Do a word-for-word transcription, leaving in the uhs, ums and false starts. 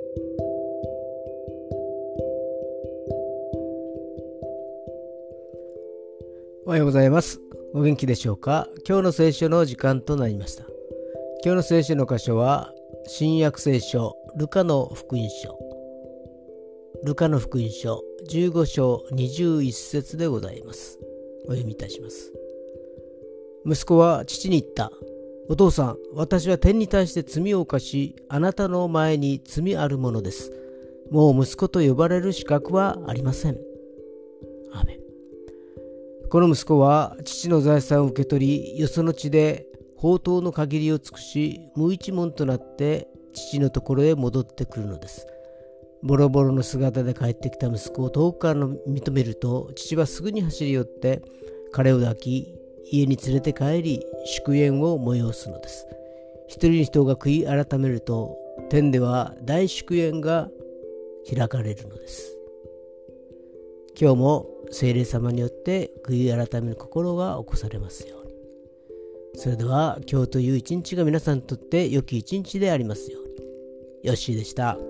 おはようございます。お元気でしょうか。今日の聖書の時間となりました。今日の聖書の箇所は新約聖書ルカの福音書ルカの福音書じゅうご章にじゅういち節でございます。お読みいたします。息子は父に言った。お父さん、私は天に対して罪を犯し、あなたの前に罪あるものです。もう息子と呼ばれる資格はありません。アーメン。この息子は父の財産を受け取り、よその地で放蕩の限りを尽くし、無一文となって父のところへ戻ってくるのです。ボロボロの姿で帰ってきた息子を遠くから認めると、父はすぐに走り寄って彼を抱き、家に連れて帰り、祝宴を催すのです。一人の人が悔い改めると、天では大祝宴が開かれるのです。今日も聖霊様によって悔い改める心が起こされますように。それでは今日という一日が皆さんにとって良き一日でありますように。ヨッシーでした。